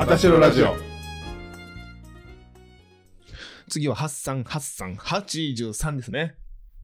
あたしろラジオ。 次は838383ですね。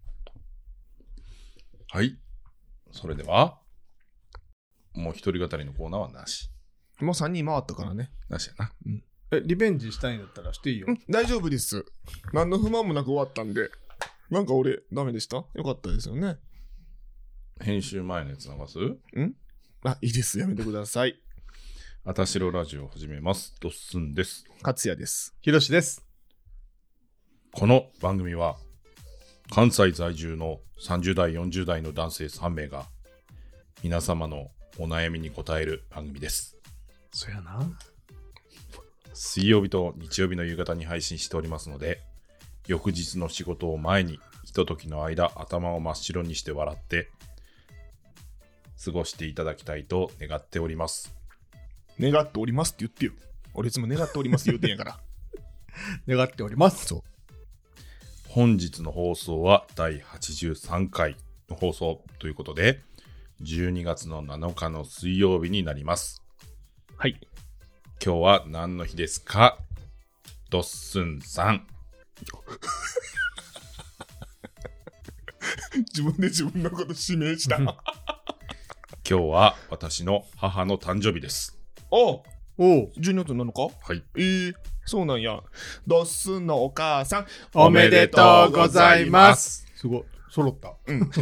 はい。それではもう一人語りのコーナーはなし。 もう3人回ったからね。 なしやな。 リベンジしたいんだったらしていいよ。 大丈夫です。何の不満もなく終わったんで。なんか俺ダメでした？よかったですよね。 編集前のやつ流す？ あ、いいです。やめてください。 あたしろラジオを始めます。ドッスンです。 勝也です。 ひろしです。 この番組は関西在住の30代40代の男性3名が皆様のお悩みに答える番組です。 そやな。 水曜日と日曜日の夕方に配信しておりますので、翌日の仕事を前にひとときの間頭を真っ白にして笑って過ごしていただきたいと願っております。 願っておりますって言ってよ。俺いつも願っております言うてんやから。 願っております。 そう。 本日の放送は第83回の放送ということで、12月の7日の水曜日になります。 はい。 今日は何の日ですか？ドッスンさん。 自分で自分のこと指名した。 今日は私の母の誕生日です。 おお 12月7日？ はい。 そうなんや。ドッスンのお母さんおめでとうございます。すごい。揃った。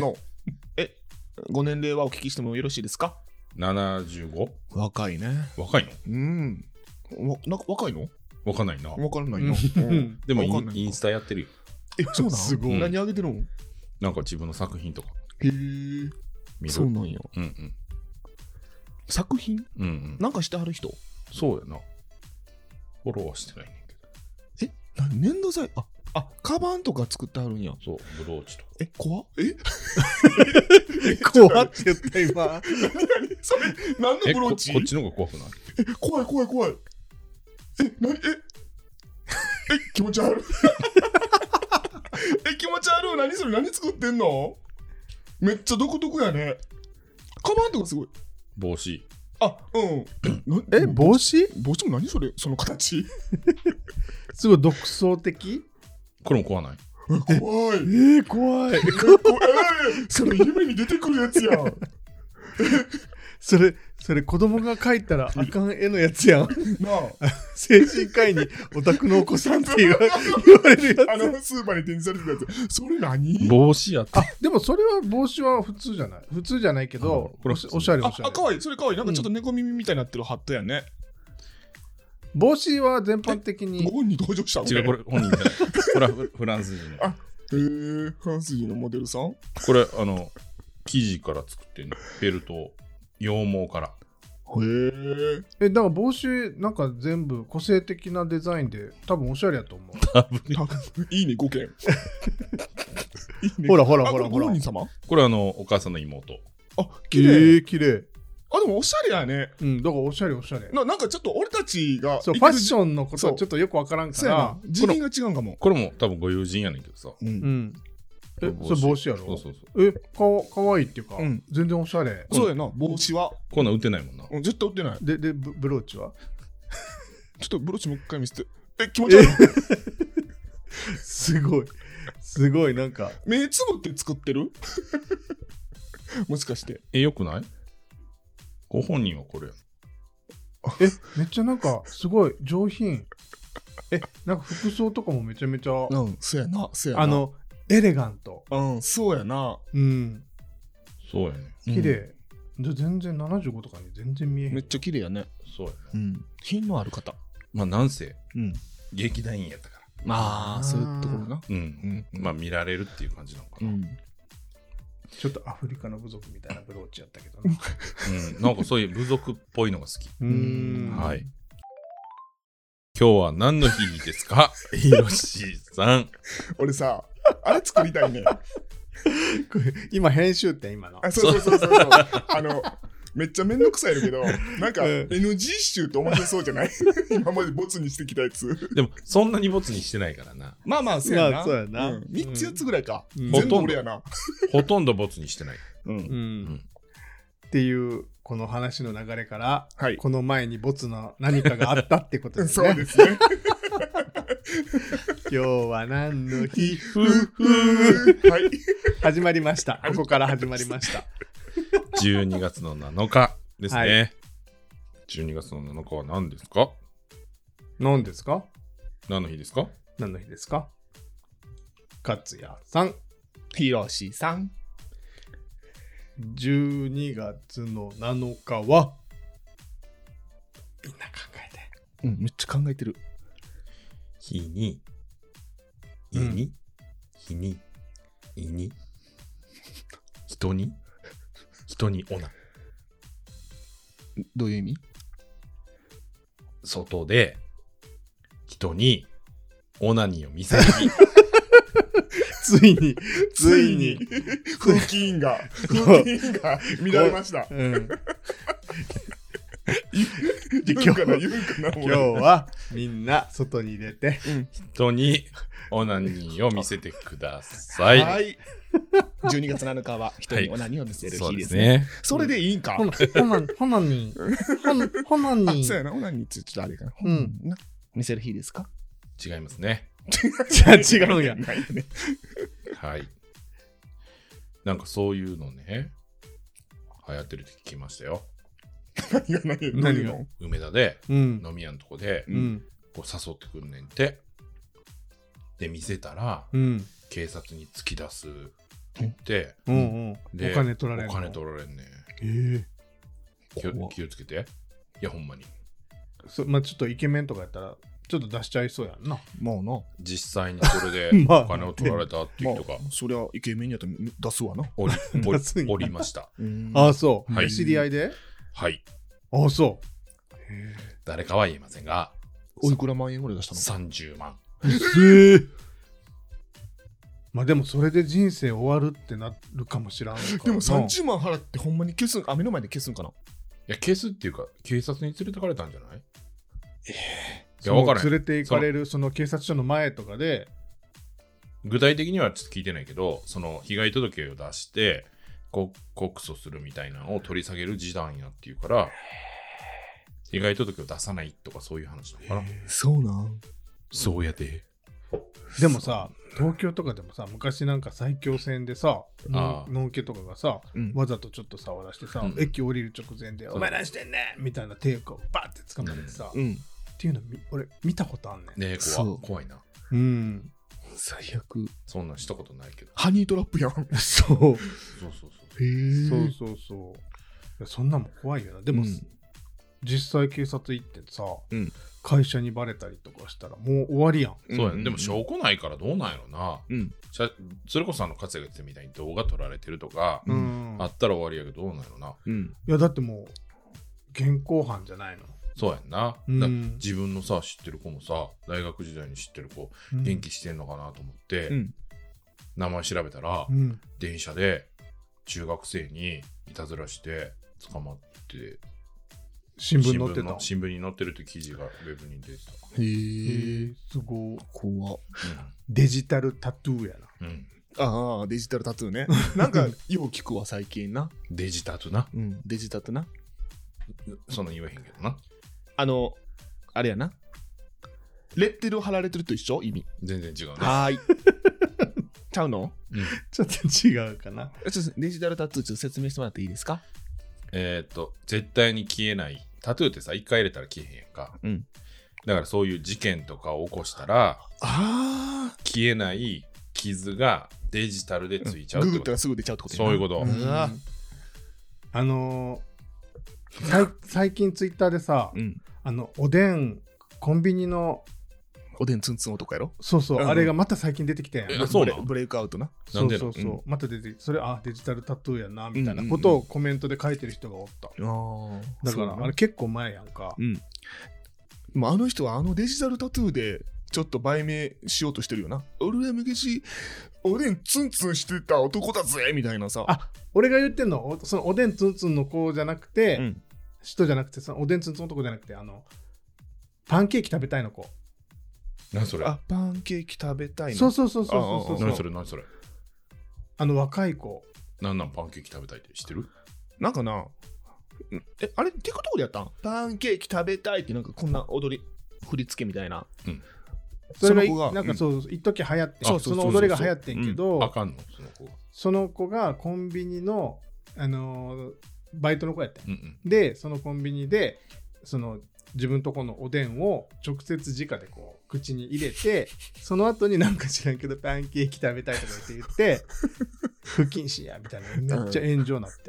ご年齢はお聞きしてもよろしいですか 75？ 若いね。 若いの？ なんか若いの？ 若ないな。 わからないな。 でもわかんないインスタやってるよ。 そうなん？ すごい。 何あげてるの？ なんか自分の作品とかへえ。 見る。 そうなんや。作品？なんかしてはる人？ そうやな。フォローはしてないねんけど。 粘土剤？カバンとか作ってはるんや。 そう、ブローチとか。 怖っ？ 怖って言った今。 それ何のブローチ？ こっちの方が怖くない？ 怖い。気持ち悪い。気持ち悪い。何それ？何作ってんの？めっちゃ独特やね。カバンとかすごい。 帽子。 帽子？ 帽子も何それ？その形。 すごい独創的？ これも怖ない？ 怖い。 怖い。 それ夢に出てくるやつやん。 それ子供が描いたらあかん絵のやつやん。 なあ。 精神科医にお宅のお子さんって言われるやつ。 スーパーに展示されてるやつ。それ何？ 帽子やった。 でもそれは帽子は普通じゃない。普通じゃないけど、おしゃれ。 かわいい。それかわいい。なんかちょっと猫耳みたいになってるハットやね。 帽子は全般的に。 ご本人登場したの？ 違う、これ本人じゃない。これはフランス人の。 フランス人のモデルさん？ これ生地から作ってんの。ベルト、羊毛から。 だから帽子なんか全部個性的なデザインで多分おしゃれやと思う。 多分いいね5件。 ほら。 ご本人様？ これお母さんの妹。 綺麗。 綺麗。 でもおしゃれやね。 だからおしゃれ。 なんかちょっと俺たちがそうファッションのことはちょっとよくわからんから次元が違うんかも。 これも多分ご友人やねんけどさ。 それ帽子やろ？ そう。 かわいいっていうか、全然おしゃれ。 そうやな、帽子は。 こんなん売ってないもんな。 絶対売ってない。 で、ブローチは？ ちょっとブローチもう一回見せて。気持ち悪い。 すごいなんか。 目つぶって作ってる？もしかして。 よくない？ご本人はこれや。 めっちゃなんかすごい上品。なんか服装とかもめちゃめちゃ。 そうやな。 エレガント。 そうやな。 そうやね。 綺麗。全然75とかに全然見えへん。 めっちゃ綺麗やね。 そうやね。 品のある方。 なんせ劇団員やったから。 そういうところな。 見られるっていう感じなのかな。 ちょっとアフリカの部族みたいなブローチやったけどな。 なんかそういう部族っぽいのが好き。はい。今日は何の日ですか？ひろしさん。 俺さ、あれ作りたいね。 今編集って今の。 そう。めっちゃめんどくさいけど、なんか NG 集って面白そうじゃない？今までボツにしてきたやつ。 でもそんなにボツにしてないからな。 そうやな。 そうやな。 3つ4つぐらいか。 ほ全部俺やな。 ほとんどボツにしてない。 っていうこの話の流れから、 はいこの前にボツの何かがあったってことですね。 そうですね。 今日は何の日はい。 始まりました。ここから始まりました。 12月の7日ですね、 はい、 12月の7日は何ですか？ 何ですか？ 何の日ですか？ 何の日ですか？勝也さん。 ひろしさん。 12月の7日はみんな考えて。 うん、めっちゃ考えてる。 日に日に、日に日に人にオナ。 どういう意味？ 外で人にオナニーを見せる日。 ついに風紀委員が乱れました。 うん、 言うかな今日はみんな外に出て、 人にオナニーを見せてください。 はい。12月7日は人にオナニーを見せる日ですね。 はい、 それでいいんか。 ほなにあ、そうやな。オナニーってちょっとあれかな。見せる日ですか？ 違いますね。 じゃあ違うんや。 はい。なんかそういうのね、流行ってるって聞きましたよ。 何が梅田で、飲み屋のとこで、こう誘ってくんねんて。で、見せたら、警察に突き出すって言って、 でお金取られんの。 お金取られんね。気をつけて。いや、ほんまに。 まあちょっとイケメンとかやったら、ちょっと出しちゃいそうやんな。 もうな。 実際にそれでお金を取られたっていう人が、 そりゃイケメンやったら出すわな。 おりました。 ああ、そう。 はい、 知り合いで？ はい。 ああ、そう。 誰かは言えませんが、 おいくら万円ぐらい出したの ？30万。 まあでもそれで人生終わるってなるかもしらんから。 でも30万払ってほんまに消すん、目の前で消すんかな？ いや、消すっていうか、警察に連れてかれたんじゃない？ いや、分からん。連れて行かれるその警察署の前とかで、 具体的にはちょっと聞いてないけど、その被害届を出して告訴するみたいなのを取り下げる示談やっていうから、被害届を出さないとかそういう話なのかな。 そうなん？ そうやで。 でもさ、東京とかでもさ、昔なんか埼京線でさ、のんけとかがさ、わざとちょっとさ、渡してさ、駅降りる直前で、お前何してんねんみたいなテープをバッて掴まれてさ、っていうの俺見たことあんねん。 ねえ、怖いな。 最悪。 そんなんしたことないけど。 ハニートラップやん。 そう。 そう。 そんなんも怖いよな。でも、実際警察行ってさ、会社にバレたりとかしたらもう終わりやん。 そうやね。でも証拠ないからどうなんやろな。それこそ勝也が言ってたみたいに動画撮られてるとか、あったら終わりやけどどうなんやろな。 いやだってもう現行犯じゃないの。 そうやんな。自分のさ知ってる子もさ、大学時代に知ってる子、元気してんのかなと思って、名前調べたら、電車で中学生にいたずらして捕まって新聞載ってた。 新聞に載ってるって記事がウェブに出てた。 へえ、すごい。 怖。 デジタルタトゥーやな。 ああ、デジタルタトゥーね。なんかよく聞くわ最近な。 デジタトな。 デジタトな。 そんな言わへんけどな。 あれやな。レッテルを貼られてると一緒？意味。 全然違うね。 はーい。ちゃうの？ ちょっと違うかな。 デジタルタトゥーちょっと説明してもらっていいですか？ 絶対に消えない。タトゥーってさ、一回入れたら消えへんやんか。だからそういう事件とかを起こしたら、消えない傷がデジタルでついちゃうってこと。 ググったらすぐ出ちゃうってこと。 そういうこと。 最近ツイッターでさ、おでん、コンビニのおでんツンツン男やろ。 そうそう、あれがまた最近出てきてんや。 そうなの？ ブレイクアウトな。 そうそうそう、また出てきて、それデジタルタトゥーやなみたいなことをコメントで書いてる人がおった。だからあれ結構前やんか。 あの人はデジタルタトゥーでちょっと売名しようとしてるよな。俺は昔おでんツンツンしてた男だぜみたいなさ。 俺が言ってんのそのおでんツンツンの子じゃなくて、人じゃなくて、そのおでんツンツン男じゃなくて、パンケーキ食べたいの子。 何それ？ パンケーキ食べたいの。 そうそうそうそう。 何それ何それ？ 若い子。 なんパンケーキ食べたいって知ってる？ なんかな、 あれ TikTok でやったん？パンケーキ食べたいってなんかこんな踊り振り付けみたいな。 それその子ががなんかそう一時流行って、 そうそうそうそうその踊りが流行ってんけど、 あかんのその子が。 その子がコンビニのバイトの子やったん。 うんうん。 でそのコンビニでその自分とこのおでんを直接直でこう口に入れて、その後になんか知らんけどパンケーキ食べたいとか言って不謹慎やみたいなめっちゃ炎上になって、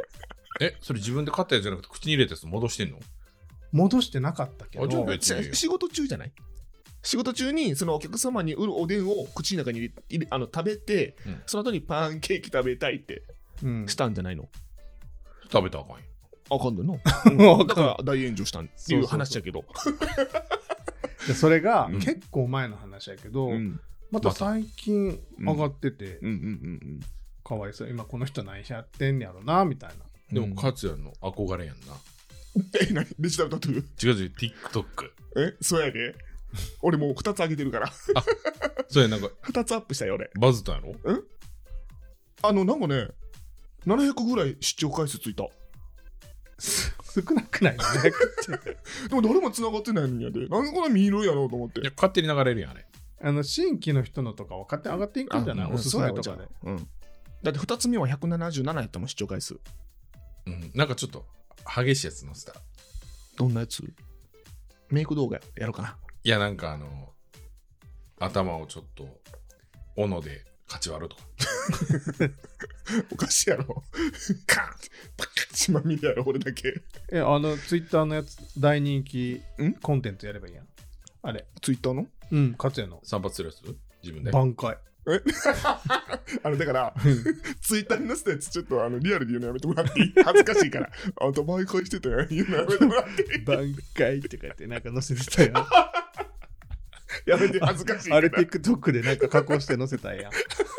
それ自分で買ったやつじゃなくて口に入れたやつ戻してんの？ 戻してなかったけあじゃあど、 別に仕事中じゃない？仕事中にそのお客様に売るおでんを口の中に入れ食べて、その後にパンケーキ食べたいってしたんじゃないの？ 食べたらあかんよ。 あかんのわかんだから大炎上したっていう話だけど。 でそれがうん結構前の話やけど、 うんまた最近上がってて、 うんかわいそう、今この人何やってんねやろなみたいな。 でも勝也の憧れやんな。 何デジタルタトゥー？ 違う TikTok。 そうやで。俺もう2つ上げてるから。 そうやなんか 2つアップしたよ俺。 バズったんやろ？ なんかね、700ぐらい視聴回数ついた。 少なくないねでも誰も繋がってないのにやで。なんでこんな見るやろうと思っていや。勝手に流れるやんあれ。 新規の人のとかは勝手に上がっていくんじゃない？おすすめとかで。 だって2つ目は177やったもん視聴回数。 なんかちょっと激しいやつ載せたら。 どんなやつ？メイク動画やろうかな。 いやなんか頭をちょっと斧でかち割るとか。 おかしいやろ。カーンってパカッ血まみれやろ俺だけ。 ツイッターのやつ大人気コンテンツやればいいやん。あれ。 ツイッターの？ 勝也の散髪するやつ自分で。 挽回。 だからツイッターに載せたやつちょっとリアルで言うのやめてもらっていい？恥ずかしいから。あんた毎回してたよ言うのやめてもらっていい？ 挽回とかってなんか載せてたよ。 やめて恥ずかしいから。 あれ TikTok でなんか加工して載せたんや。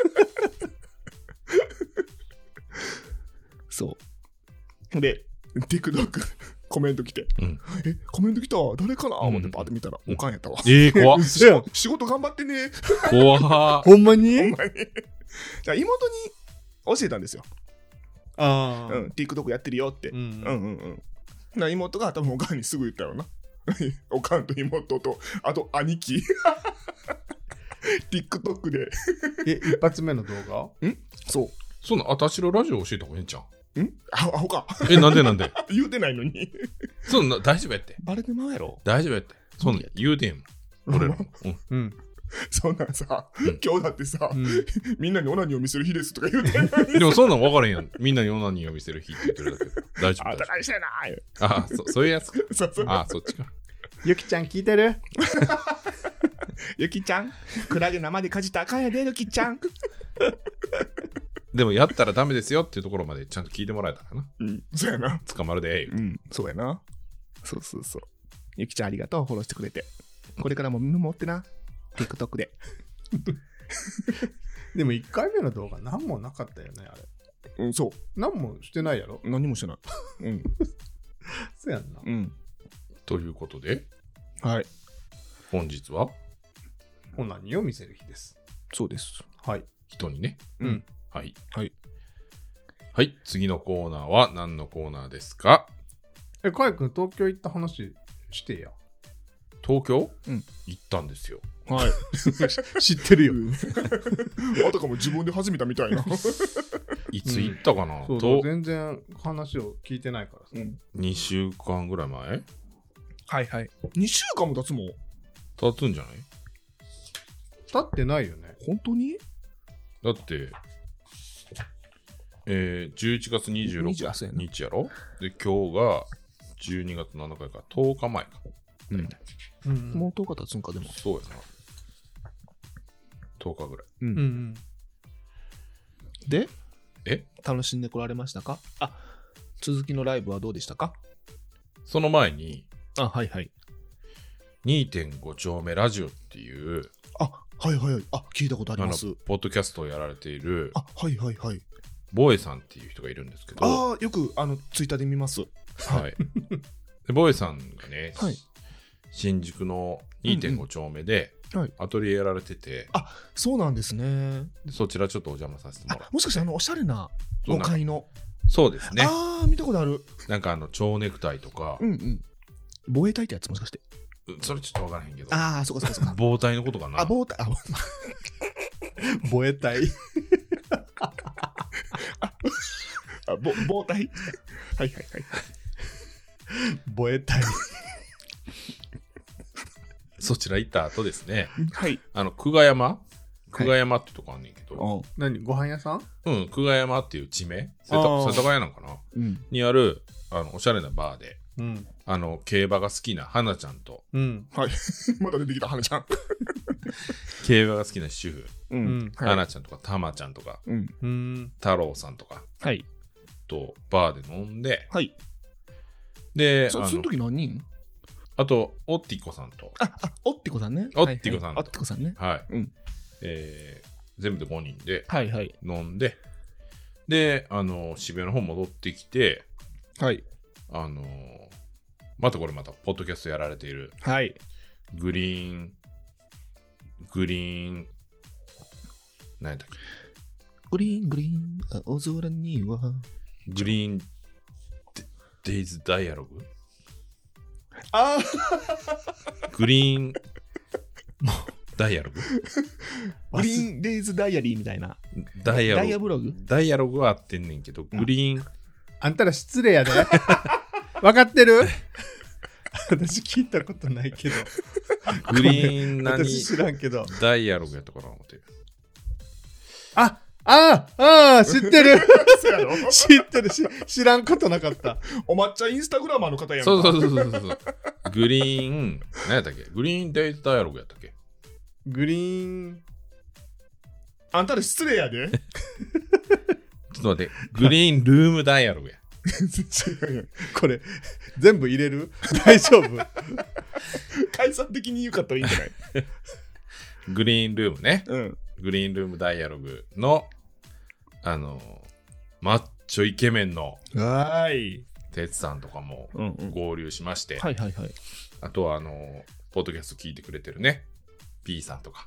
そうで TikTok コメント来て、コメント来た誰かな思ってパーって見たらおかんやったわ。 怖っ。 仕事頑張ってね。 怖っ。 ほんまに？ ほんまに。妹に教えたんですよ。TikTok やってるよって。妹が多分おかんにすぐ言ったよな。おかんと妹とあと兄貴。TikTok で。 一発目の動画？ そう。 そんなあたしろラジオ教えた方がいいんちゃう？ アホか。 なんでなんで？ 言うてないのに。 そんな大丈夫やって。 バレてまうやろ。 大丈夫やって。そんな言うてんもん。俺らも。 そんなんさ、今日だってさ、みんなにオナニーを見せる日ですとか言うてんのに。 でもそんなん分からへんやん。みんなにオナニーを見せる日って言ってるだけで。大丈夫。 あたかいしてなそういうやつか。 そうそっちか。 ゆきちゃん聞いてる？ ゆきちゃん、クラゲ生でかじったらあかんやで、ゆきちゃん。 でもやったらダメですよっていうところまでちゃんと聞いてもらえたらな。 そうやな。 捕まるで。 そうやな。そう。ゆきちゃんありがとう、フォローしてくれて。これからも見守ってな。TikTok で。 でも1回目の動画何もなかったよね、あれ。 そう。 何もしてないやろ？ 何もしてない。 そうやんな。 ということで、 はい。 本日はオナニーを見せる日です。 そうです。 はい。 人にね。はい。 はい。 次のコーナーは何のコーナーですか？ かいくん東京行った話してや。 東京？行ったんですよ。 はい。 知ってるよ。 あたかも自分で始めたみたいな。 いつ行ったかな？ そう全然話を聞いてないからさ。 2週間ぐらい前？ はい。2週間も経つもん。 経つんじゃない？ 経ってないよね。 本当に？ だって11月26日やろ？で今日が12月7日やから10日前か。 もう10日経つんかでも。 そうやな。10日ぐらい。 で楽しんでこられましたか？続きのライブはどうでしたか？ その前にはい。 2.5 丁目ラジオっていうはい。聞いたことあります。 ポッドキャストをやられているはい。 ボエさんっていう人がいるんですけど、 よくツイッターで見ます。 はい。でボエさんがね、新宿の 2.5 丁目でアトリエやられてて、 そうなんですね。 そちらちょっとお邪魔させてもらって。 もしかしておしゃれな5階のそうですね。 ああ、見たことある。 なんか蝶ネクタイとか、 うんうん。防衛隊ってやつもしかして。 それちょっとわからへんけど。 ああ、そこそこそこ。 防体のことかな。 あ、防隊。あ、 防衛隊。 防隊。はいはいはい。 防衛隊。 そちら行った後ですね。 はい。 久我山ってとこあんねんけど。 何ご飯屋さん？ 久我山っていう地名、世田谷なんかな、にある、おしゃれなバーで、競馬が好きな花ちゃんと、 はい。また出てきた花ちゃん。 競馬が好きな主婦、花ちゃんとかたまちゃんとか、太郎さんとか、とバーで飲んで、で、 その時何人？ あと、オッティコさんと。 オッティコさんね。 オッティコさん。 オッティコさんね。 はい。全部で5人で飲んで、で、渋谷の方戻ってきて、またこれまた、ポッドキャストやられている、グリーン、何やったっけ？ グリーン、青空には。 グリーン、デイズダイアログ？グリーンダイアログ？ グリーンデイズダイアリーみたいな。 ダイアブログ？ ダイアログは合ってんねんけど、グリーン。 あんたら失礼やで。分かってる？私聞いたことないけど。 グリーン何？ 私知らんけど。 ダイアログやったかな思って。 知ってる。知ってるし、知らんことなかった。 お抹茶インスタグラマーの方やんか。 そう。グリーン、何やったっけ？グリーンデイズダイアログやったっけ？ グリーン。 あんたら失礼やで。 ちょっと待って、グリーンルームダイアログや。 違うやん。 これ、全部入れる？大丈夫？ 解散的に言うかったらいいんじゃない？ グリーンルームね。グリーンルームダイアログの、マッチョイケメンの、哲さんとかも合流しまして、あとは、ポッドキャスト聞いてくれてるね、P さんとか、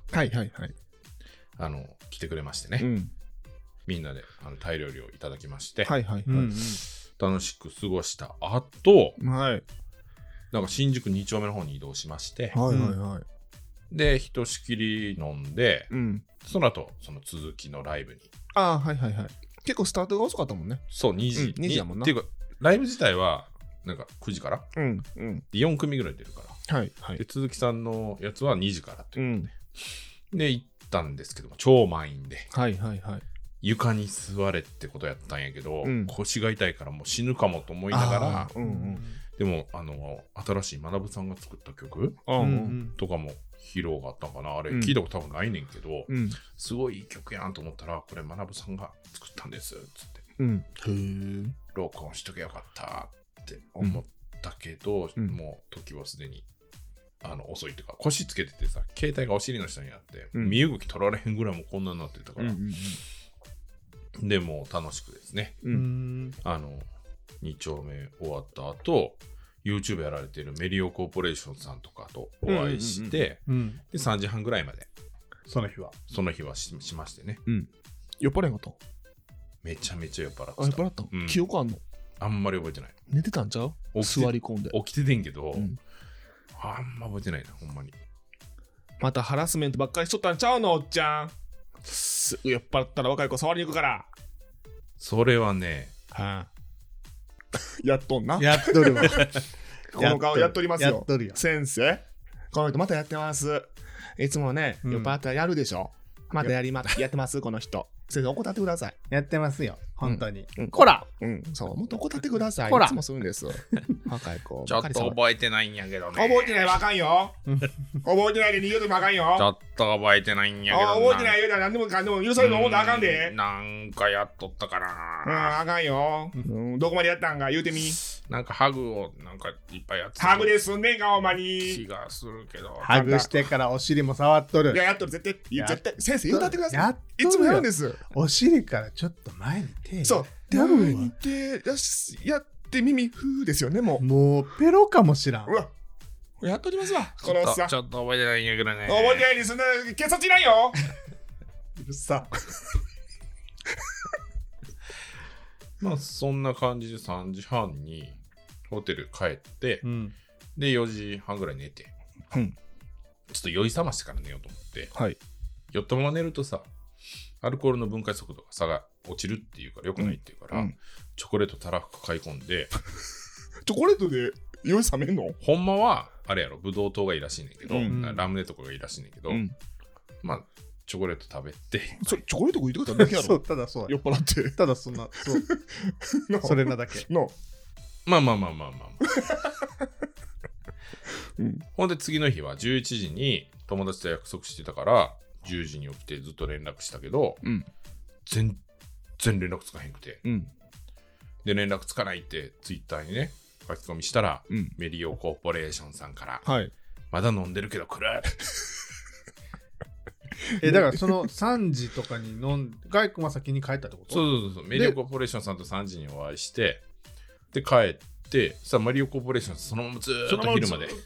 来てくれましてね、みんなでタイ料理をいただきまして、楽しく過ごした後、なんか新宿2丁目の方に移動しまして、で、ひとしきり飲んで、その後、その続きのライブに。結構スタートが遅かったもんね。そう、2時。2時やもんな。っていうか、ライブ自体は、なんか9時から、4組ぐらい出るから。で、鈴木さんのやつは2時からっていうことで。で、行ったんですけども、超満員で。床に座れってことやったんやけど、腰が痛いからもう死ぬかもと思いながら、でも、新しい学さんが作った曲とかも、披露があったんかな、あれ聞いたこと多分ないねんけど、すごいいい曲やんと思ったら、これ学さんが作ったんですっつって、録音しとけよかったって思ったけど、もう時はすでに遅いというか、腰つけててさ、携帯がお尻の下にあって、身動き取られへんぐらいもこんなになってたから、でも楽しくですね、2丁目終わった後、YouTube やられているメリオコーポレーションさんとかとお会いして、で3時半ぐらいまでその日はしましてね、 酔っ払いかとめちゃめちゃ酔っ払ってた。 酔っ払った、記憶あんの？ あんまり覚えてない。 寝てたんちゃう？座り込んで起きててんけど、あんま覚えてないな、ほんまに。 またハラスメントばっかりしとったんちゃうの？おっちゃんすぐ酔っ払ったら若い子触りに行くから。 それはね、 やっとんな。 やっとるわ。 この顔やっとりますよ。 やっとるよ。 先生、この人またやってます。いつもね、酔っ払ったらやるでしょ。またやってます、この人。先生、怠ってください。 やってますよ、本当に。 こらそう、もっと怠ってください。いつもするんです。若い子。 ちょっと覚えてないんやけどね。 覚えてないわあかんよ。覚えてないで逃げてもあかんよ。 ちょっと覚えてないんやけど。 覚えてないよ。何でもかんでも許されるの思ったらあかんで。 なんかやっとったかな。 あかんよ。どこまでやったんか言うてみ。 なんかハグをなんかいっぱいやってハグで済んでんか、ほんまに。 気がするけど。 ハグしてからお尻も触っとる。 いや、やっとる。絶対。先生、言うたってください。いつもやるんです。 お尻からちょっと前に手。 そう。前に手やって耳ふーですよね、もう。 もうペロかもしらん。 うわ。やっとりますわ。このおっさん。 ちょっと覚えてないんやけどね。 覚えてないにすんな、警察いないよ。 うるさ。 まあそんな感じで3時半にホテル帰って、で4時半ぐらい寝て、ちょっと酔い覚ましてから寝ようと思って、酔ったまま寝るとさ、アルコールの分解速度が差が落ちるっていうから良くないっていうから、チョコレートたらふく買い込んでチョコレートで酔い覚めんの？ ほんまはあれやろ、ブドウ糖がいいらしいねんけど、ラムネとかがいいらしいねんけど、まあチョコレート食べて、 チョコレート食いてくれただけやろ。 そう、ただそう酔っ払ってただそんなそれなだけのまあほんで次の日は11時に友達と約束してたから10時に起きてずっと連絡したけど、全然連絡つかへんくて、で連絡つかないってツイッターにね書き込みしたら、メリオコーポレーションさんから、まだ飲んでるけど来るだからその3時とかに飲んでガイ君は先に帰ったってこと？ そうメリオコーポレーションさんと3時にお会いしてで帰ってさ、メリオコーポレーションそのままずーっと昼まで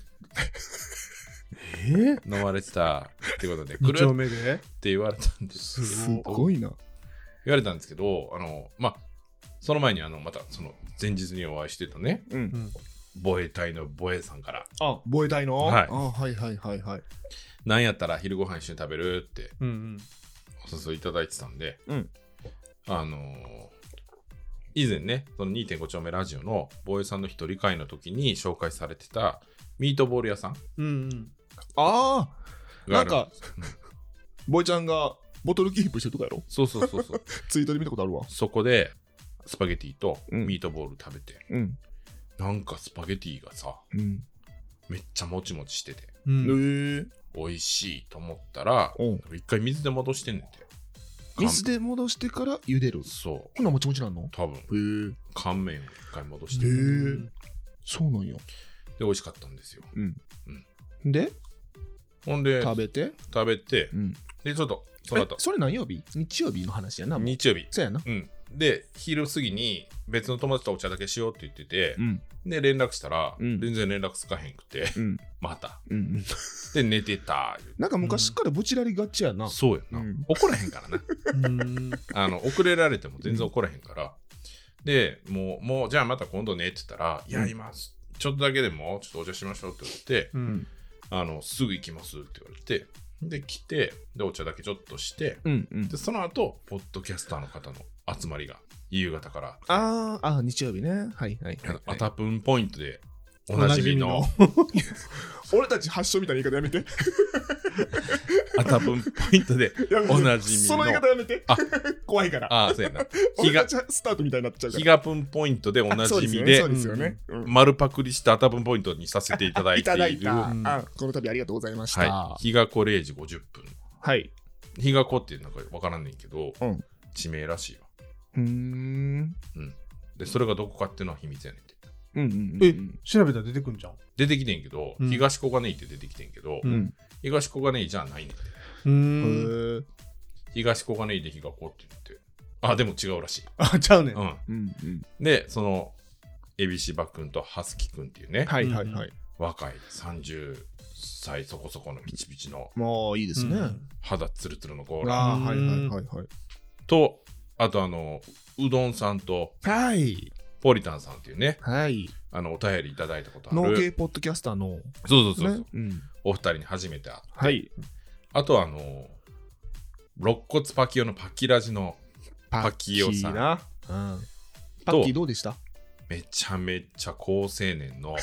飲まれてたってことで来るって言われたんですすごいな。 言われたんですけど、まあその前にまたその前日にお会いしてたね、防衛隊の防衛さんから、 防衛隊の、 はいなんやったら昼ご飯一緒に食べるってお誘いいただいてたんで、以前ねその 2.5 丁目ラジオの防衛さんの一人会の時に紹介されてたミートボール屋さん、 なんかボイちゃんがボトルキープしてるとかやろ。 そうツイートで見たことあるわ。 そこでスパゲティとミートボール食べて、なんかスパゲティがさ、めっちゃもちもちしてて、美味しいと思ったら一回水で戻してんねんて。 水で戻してから茹でる。そう。こんなもちもちなんの？ 多分乾麺を一回戻して。 そうなんや。 で美味しかったんですよ。 でほんで食べて、 でちょっとその後それ何曜日？日曜日の話やな。 日曜日。 そうやな。 で昼過ぎに別の友達とお茶だけしようって言ってて、で連絡したら、全然連絡つかへんくて、また、で寝てた。 なんか昔からブチラリがちやな。 そうやな、怒らへんからな遅れられても全然怒らへんから、でもうじゃあまた今度ねって言ったら、いや今ちょっとだけでもちょっとお茶しましょうって言って、すぐ行きますって言われて、で来て、でお茶だけちょっとして、でその後ポッドキャスターの方の集まりが夕方から、 日曜日ね。 アタプンポイントでおなじみの俺たち発祥みたいな言い方やめて。 アタプンポイントでおなじみのその言い方やめて。怖いから。 そうやな。 俺たちスタートみたいになっちゃうから。 ヒガプンポイントでおなじみで、丸パクリしてアタプンポイントにさせていただいている。 この度ありがとうございました。 ヒガコ0時50分。ヒガコってなんかわからんねんけど、地名らしいよ。でそれがどこかっていうのは秘密やねんて。 調べたら出てくんじゃん。 出てきてんけど、東小金井って出てきてんけど、東小金井じゃないねんて。東小金井でヒガコって言って、でも違うらしい。 ちゃうねん。でそのエビシバ君とハスキ君っていうね、若い30歳そこそこのピチピチの、 もういいですね。 肌ツルツルの子と、あとうどんさんと、ポリタンさんっていうね、お便りいただいたことある農系ポッドキャスターの、 そうお二人に初めて会って、あと肋骨パキオのパキラジのパキオさん、 パッキーどうでした？ めちゃめちゃ高青年の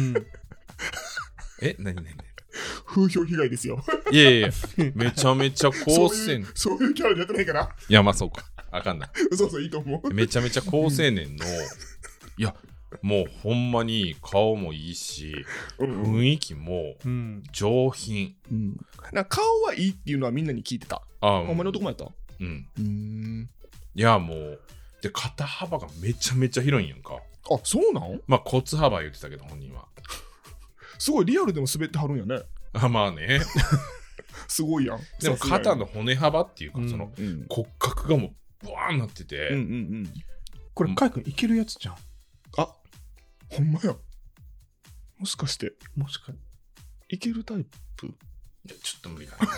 何風評被害ですよ。 いやめちゃめちゃ高青年そういうキャラでやってないから。 いやそうか、あかんな。 そういいと思う。 めちゃめちゃ高青年のいやもうほんまに顔もいいし、雰囲気も上品。 顔はいいっていうのはみんなに聞いてた。お前の男もやった？ いやもうで肩幅がめちゃめちゃ広いんやんか。 そうなん？ 骨幅言ってたけど本人はすごいリアルでも滑ってはるんやね。 まあね。 すごいやん。 でも肩の骨幅っていうか、その骨格がもうブワーンなってて、 これカイ君いけるやつじゃん。 ほんまや。もしかしていけるタイプ？ いやちょっと無理かな。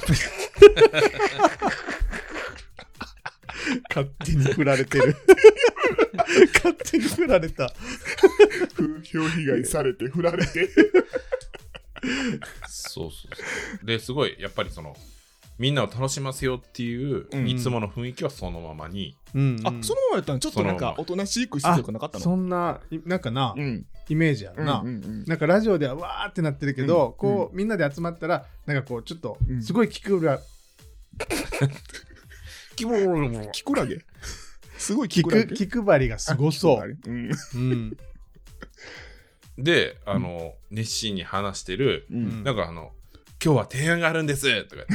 勝手に振られてる。 勝手に振られた。 風評被害されて振られてそうですごいやっぱりそのみんなを楽しませようっていう、いつもの雰囲気はそのままに、 そのままやったのちょっとなんかおとなしくしてとかなかったの？ そんななんかな、イメージあるな、なんかラジオではわーってなってるけど、こうみんなで集まったらなんかこうちょっとすごいキクラキクラゲすごいキクラゲ気配りがすごそう。 で熱心に話してる、なんか今日は提案があるんですとか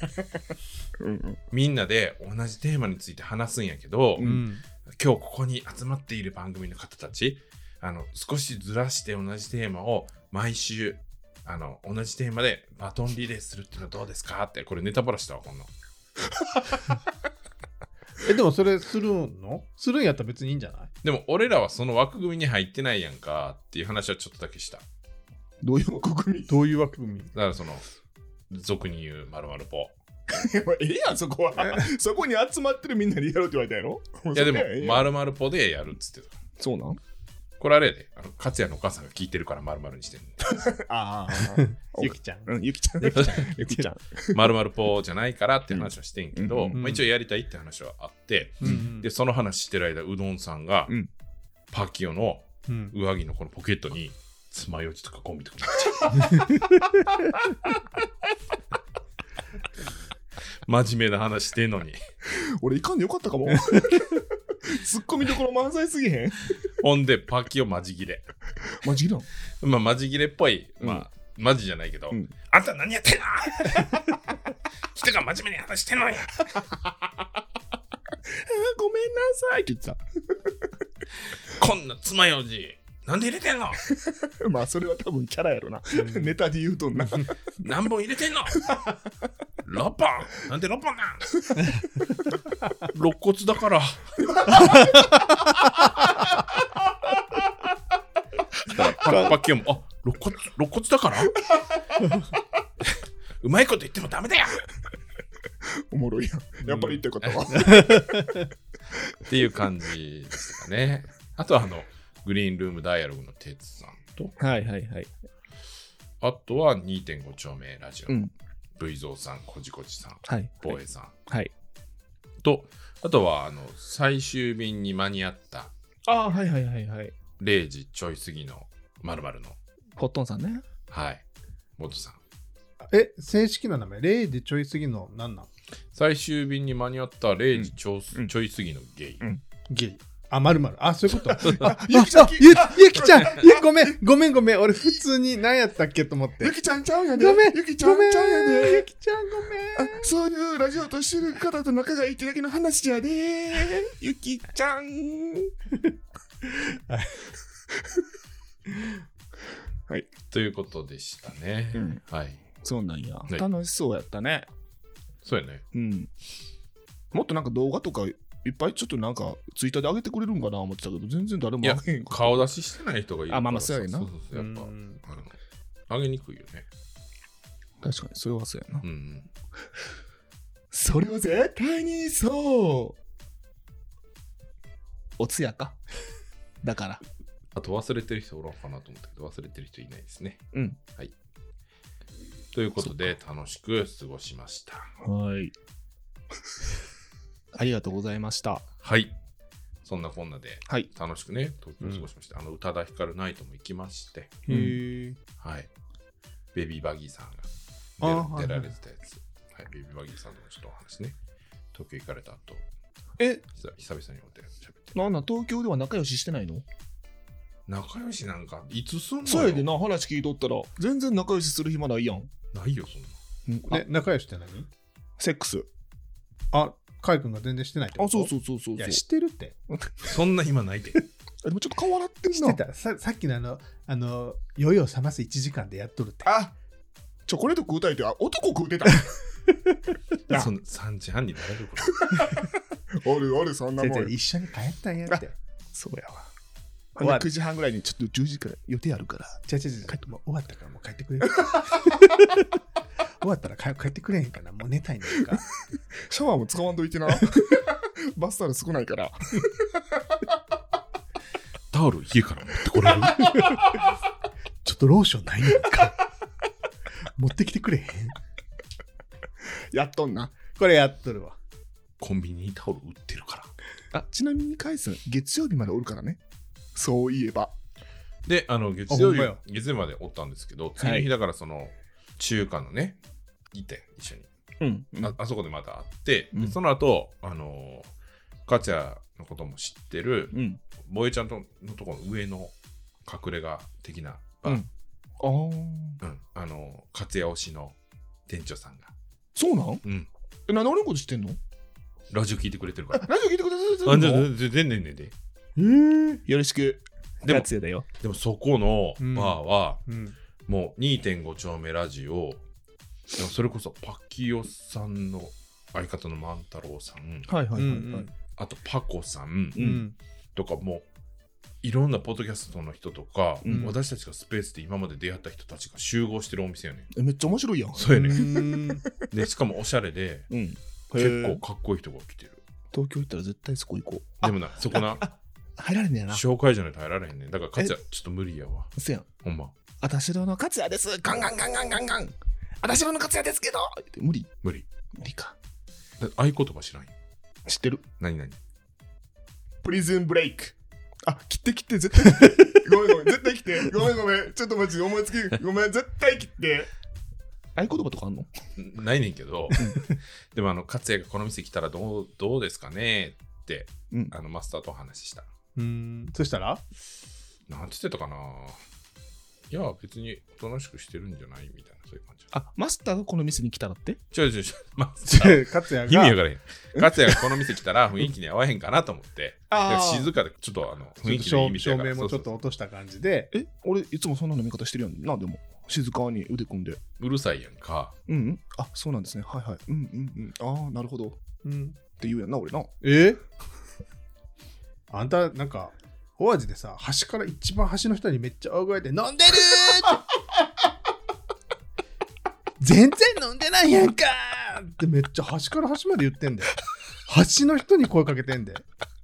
みんなで同じテーマについて話すんやけど、今日ここに集まっている番組の方たち少しずらして同じテーマを毎週同じテーマでバトンリレーするっていうのはどうですかって。これネタバラしたわこんなでもそれするんやったら別にいいんじゃない？ でも俺らはその枠組みに入ってないやんかっていう話はちょっとだけした。 どういう枠組み？ どういう枠組み？ だからその俗に言う〇〇ポやんそこはそこに集まってるみんなでやろうって言われたやろ。 いやでも〇〇ポでやるっつってた。 そうなん？ これあれやで勝也のお母さんが聞いてるから〇〇にしてんのああゆきちゃんゆきちゃん 〇〇ポじゃないからって話はしてんけど、一応やりたいって話はあって、でその話してる間うどんさんが、パキオの上着のこのポケットに爪楊枝とかゴミとか真面目な話してんのに俺いかんでよかったかもツッコミどころ満載すぎへん。 ほんでパキオマジギレマジギレなの？まあマジギレっぽい、マジじゃないけど、あんた何やってんの人が真面目に話してんのにごめんなさいって言ってたこんな爪楊枝なんで入れてんのまあそれは多分キャラやろな、ネタで言うとんな何本入れてんの6本なんで6本なん肋骨だからパキオも肋骨だからうまいこと言ってもダメだよおもろいやっぱり言ってよかったわっていう感じですかね。あとはグリーンルームダイアログの哲さんと、あとは 2.5 丁目ラジオ、V ゾーさん、こじこじさん、ボエさん、と、あとは最終便に間に合った0時ちょい過ぎの〇〇のポットンさんね。 元さん。 正式な名前0時ちょい過ぎの何なん？ 最終便に間に合った0時ちょい過ぎのゲイ。 ゲイ。〇〇。そういうこと。 ゆきちゃんゆきちゃんごめん。俺普通に何やったっけと思って。 ゆきちゃんちゃうやで。 ごめん。 ゆきちゃんちゃうやで。 ゆきちゃんごめん。 そういうラジオとしてる方と仲がいいってだけの話じゃで。ゆきちゃん。 ということでしたね。 そうなんや。楽しそうやったね。 そうやね。 もっとなんか動画とかいっぱいちょっとなんかツイッターで上げてくれるんかな思ってたけど、全然誰も上げへんかった。 顔出ししてない人がいるから。 まあそうやな。 やっぱ上げにくいよね。 確かにそれはそうやな。それは絶対にそう。おつやか。だから。 あと忘れてる人おろうかなと思ったけど、忘れてる人いないですね。ということで楽しく過ごしました。 ありがとうございました。 そんなこんなで楽しくね、東京を過ごしました。宇多田ヒカルナイトも行きまして、ベビーバギーさんが出られてたやつ。ベビーバギーさんともちょっとお話ね。東京行かれた後、久々にお手喋って。 東京では仲良ししてないの？ 仲良しなんかいつすんのよ。 そうやでな、話聞いとったら全然仲良しする暇ないやん。 ないよそんな。仲良しって何？ セックス。 カイ君が全然してないってこと？ そう。 いやしてるって。 そんな暇ないで。 でもちょっと顔笑ってんな。 してた。さっきの酔いを覚ます1時間でやっとるって。 チョコレート食うたいって男食うてた。 その3時半になれること俺そんなもん。 一緒に帰ったんやって。 そうやわ。9時半ぐらいにちょっと10時から予定あるから。 もう終わったからもう帰ってくれる。終わったら帰ってくれへんかな。もう寝たいんだから。 シャワーも使わんといてな。バスタオル少ないから。 タオル家から持ってこれるちょっとローションないのか持ってきてくれへん。 やっとんな。 これやっとるわ。 コンビニにタオル売ってるから。 ちなみに返す月曜日までおるからね。そういえば。 で、月曜日までおったんですけど、次の日だからその、中華のね、行って一緒に。あそこでまた会って、でその後、カチャのことも知ってる、ボエちゃんのところの上の隠れ家的なバー。カツヤ推しの店長さんが。 そうなん？何で俺のこと知ってんの？ ラジオ聞いてくれてるから。 ラジオ聞いてくれてるの？ 全然で。 よろしく。 でもカツヤだよ。 でもそこのバーは、もう 2.5 丁目ラジオ、それこそパキオさんの相方の万太郎さん、あとパコさんとかもいろんなポッドキャストの人とか、私たちがスペースで今まで出会った人たちが集合してるお店やねん。 めっちゃ面白いやん。 そうやねん。でしかもおしゃれで、結構かっこいい人が来てる。 東京行ったら絶対そこ行こう。でもな、そこな、 入られんねやな。 紹介じゃないと入られへんねん。だからカツヤちょっと無理やわ。 せやん。 ほんま。 あたしろのカツヤです。ガンガンガンガンガンガン。あたしろのカツヤですけど。無理か。 合言葉知らんよ。 知ってる？ 何？ プリズンブレイク。切って絶対切って。ごめん絶対切って。ごめんちょっとマジ思いつき。ごめん絶対切って。合言葉とかあんの？ ないねんけど、でもカツヤがこの店来たらどうですかねって、マスターとお話しした。 そしたらなんて言ってたかな。いや別におとなしくしてるんじゃないみたいな、そういう感じ。 マスターがこの店に来たらって？ 違うマスターカツヤが意味わからへん。カツヤがこの店来たら雰囲気に合わへんかなと思って静かでちょっと雰囲気のいい店やから、 照明もちょっと落とした感じで。 俺いつもそんな飲み方してるやんな。でも静かに腕組んでうるさいやんか。 そうなんですね。はいなるほどって言うやんな俺な。 あんたなんか大味でさ、端から一番端の人にめっちゃ大声で飲んでるって全然飲んでないやんかってめっちゃ端から端まで言ってんだよ。端の人に声かけてんで。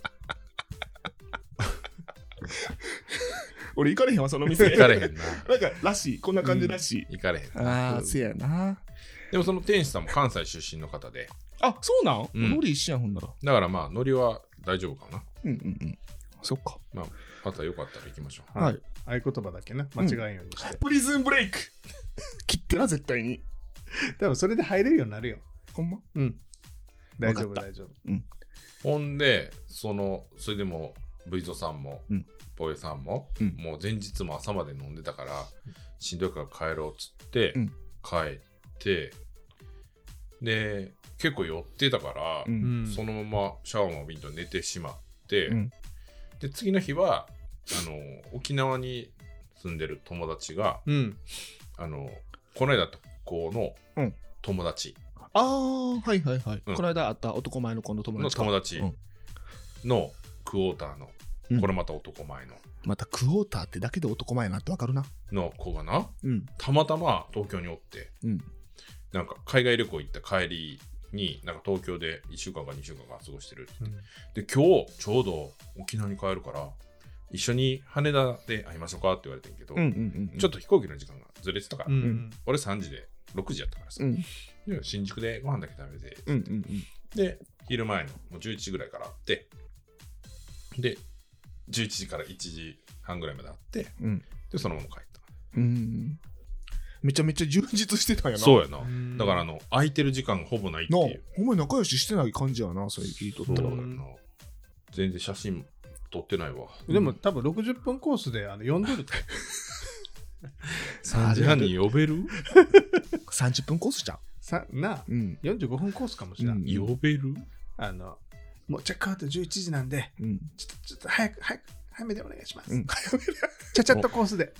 俺行かれへんわその店。 行かれへんな。 なんからしい、こんな感じらしい。 行かれへん。 せやな。 でもその店主さんも関西出身の方で。 そうなん？ノリ一緒やんほんなら。 だからまあノリは大丈夫かな。 そっか。 またよかったら行きましょう。 合言葉だけな、間違えんようにして。 プリズンブレイク切ってな、絶対に。 多分それで入れるようになるよ。 ほんま？ 大丈夫。 ほんで、それでも、ブイゾさんも、ボエさんも、もう前日も朝まで飲んでたから、しんどいから帰ろうっつって、帰って、で、結構酔ってたから、そのままシャワーも浴びんと寝てしまって、で、次の日は、沖縄に住んでる友達が、この間とこの友達。 この間会った男前の子の友達。 のクォーターの、これまた男前の。 またクォーターってだけで男前なってわかるな。 の子がな、たまたま東京におって、なんか海外旅行行った帰りに、なんか東京で1週間か2週間か過ごしてるって。で、今日ちょうど沖縄に帰るから、一緒に羽田で会いましょうかって言われてんけど、ちょっと飛行機の時間がずれてたから、俺3時で6時やったからさ、で新宿でご飯だけ食べて、で昼前のもう11時ぐらいから会って、で11時から1時半ぐらいまで会って、でそのまま帰った。 めちゃめちゃ充実してたんやな。 そうやな。だから空いてる時間がほぼないっていう。 ほんまに仲良ししてない感じやな、それ聞いとったら。 全然写真撮ってないわ。 でも多分60分コースで呼んでるって。 3時半に呼べる ?30 分コースじゃん。 45分コースかもしれない。 呼べるもうチェックアウト11時なんで、ちょっと早めでお願いします。ちゃちゃっとコースで。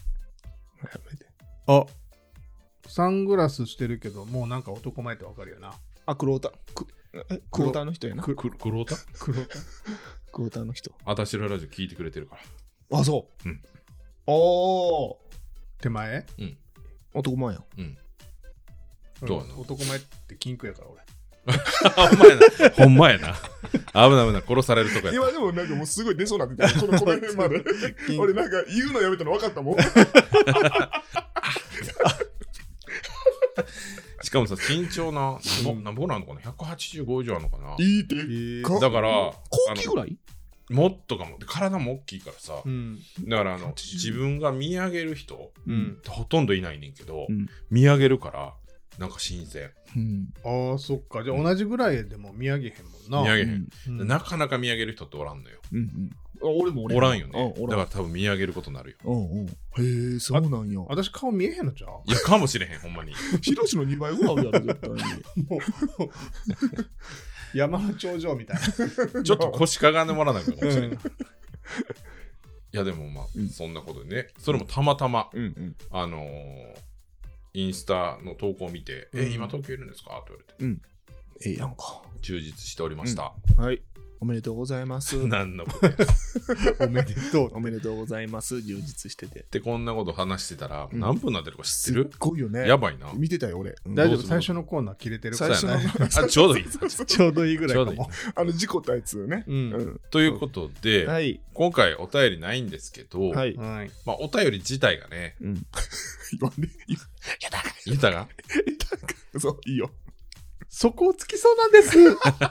サングラスしてるけど、もうなんか男前ってわかるよな。 クローターの人やな。 クロータクローターの人。 あたしらラジオ聞いてくれてるから。 そう。 手前？ 男前やん。 どうやな。 男前ってキンクやから俺。 ほんまやな。危ない殺されるとこやった。 今でもなんかもうすごい出そうになってた。この辺まで。俺なんか言うのやめたの分かったもん。 しかもさ、身長な、何ぼなのかな ?185 以上あるのかな。 いいって。 だから、 後期ぐらいもっとかも。体も大きいからさ。だから自分が見上げる人、ほとんどいないねんけど、見上げるから、なんか新鮮。 ああ、そっか。じゃあ同じぐらいでも見上げへんもんな。 見上げへん。なかなか見上げる人っておらんのよ。 俺もおらんよね。だから多分見上げることになるよ。 へえ、そうなんや。 私顔見えへんのじゃん。 いや、かもしれへん、ほんまに。 ヒロシの2倍ぐらいあるやろ、絶対に。もう山の頂上みたいな。 ちょっと腰かがんでもらわないかもしれない。いや、でもまあ、そんなことでね。それもたまたま、インスタの投稿を見て、今東京いるんですかと言われて。やんか。充実しておりました。 はい。おめでとうございます。 何のことや。 おめでとう。おめでとうございます。充実してて。 で、こんなこと話してたら、何分になってるか知ってる？ すっごいよね。 やばいな。 見てたよ、俺。 大丈夫、最初のコーナー切れてるから。 最初のちょうどいい。 ちょうどいいぐらいかも。 事故ったやつね。 ということで、今回お便りないんですけど、まあお便り自体がね、言ったかそう、いいよ。 そこをつきそうなんです。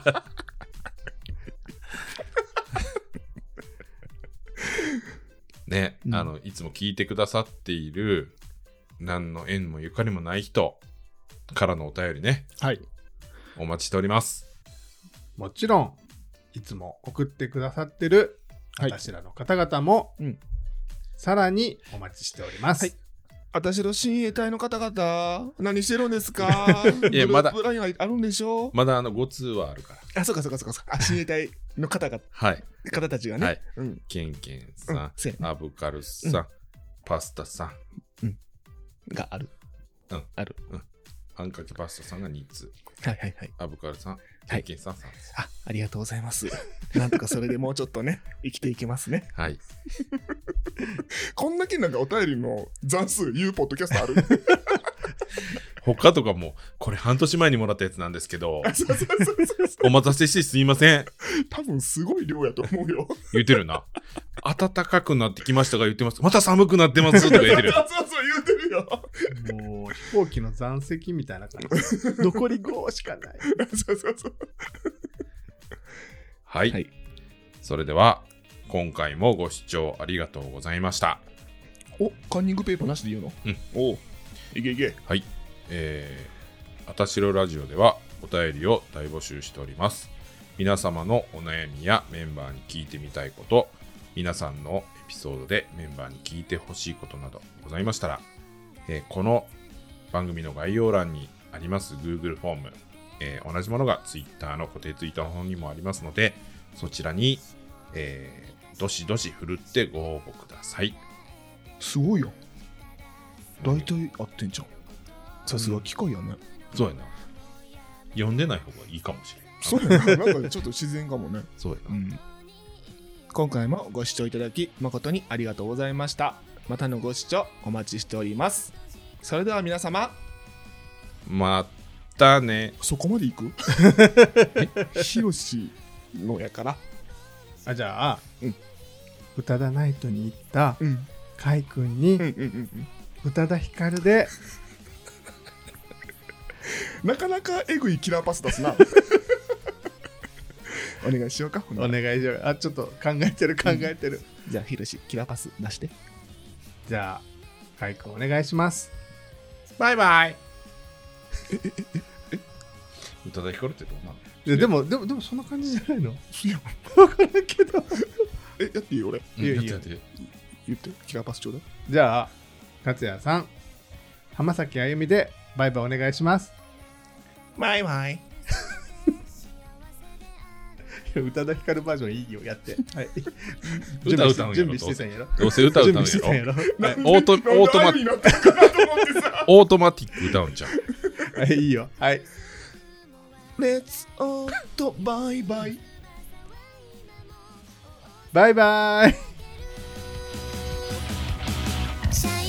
ね、いつも聞いてくださっている何の縁もゆかりもない人からのお便りね、お待ちしております。 もちろんいつも送ってくださってる私らの方々も、さらにお待ちしております。 私の親衛隊の方々何してるんですか？ いや、まだグループラインあるんでしょ？ まだ5通はあるから。 そうか。親衛隊の方々、方たちがね、 ケンケンさん、アブカルさん、パスタさんがある。ある。 あんかけパスタさんが2通。アブカルさん、ケンケンさん3通。 ありがとうございます。なんとかそれでもうちょっとね、生きていけますね。こんだけなんかお便りの残数言うポッドキャストある？ 他とかも、これ半年前にもらったやつなんですけど、お待たせしてすいません。 多分すごい量やと思うよ。 言ってるな。暖かくなってきましたが言ってます。また寒くなってますとか言ってる。 そう言ってるよ。 もう飛行機の残席みたいな感じ。残り5しかない。 そう。 はい。それでは、今回もご視聴ありがとうございました。 カンニングペーパーなしで言うの？いけ。 はい。あたしろラジオではお便りを大募集しております。皆様のお悩みやメンバーに聞いてみたいこと、皆さんのエピソードでメンバーに聞いてほしいことなどございましたら、この番組の概要欄にあります Google フォーム、同じものが Twitter の固定ツイートの方にもありますので、そちらに、どしどしふるってご応募ください。 すごいよ。大体合ってんじゃん。さすが機械やね。 そうやな。読んでない方がいいかもしれない。 そうやな。なんかちょっと自然かもね。 そうやな。 今回もご視聴いただき誠にありがとうございました。またのご視聴お待ちしております。それでは皆様、 またね。 そこまで行く？ひろしのやから。 じゃあ、宇多田ナイトに行ったカイ君に宇多田ヒカルでなかなかエグいキラーパス出すな。お願いしようか。 お願いしよう。ちょっと考えてる。 じゃあひろしキラーパス出して。 じゃあカイ君お願いします。 バイバイ。宇多田ヒカルってどうなの？ でもそんな感じじゃないの？ 分からんけど。やっていい俺？ いいよ。 言ってキラーパスちょうだい。 じゃあ勝也さん、浜崎あゆみでバイバイお願いします。 バイバイ。 宇多田ヒカルバージョンいいよ、やって。はい。 歌うたんやろ。 準備してたんやろ。 どうせ歌うたんやろ。オートマティック歌うんじゃん。 はい、いいよ。はい。 レッツオートバイバイ。 バイバイ。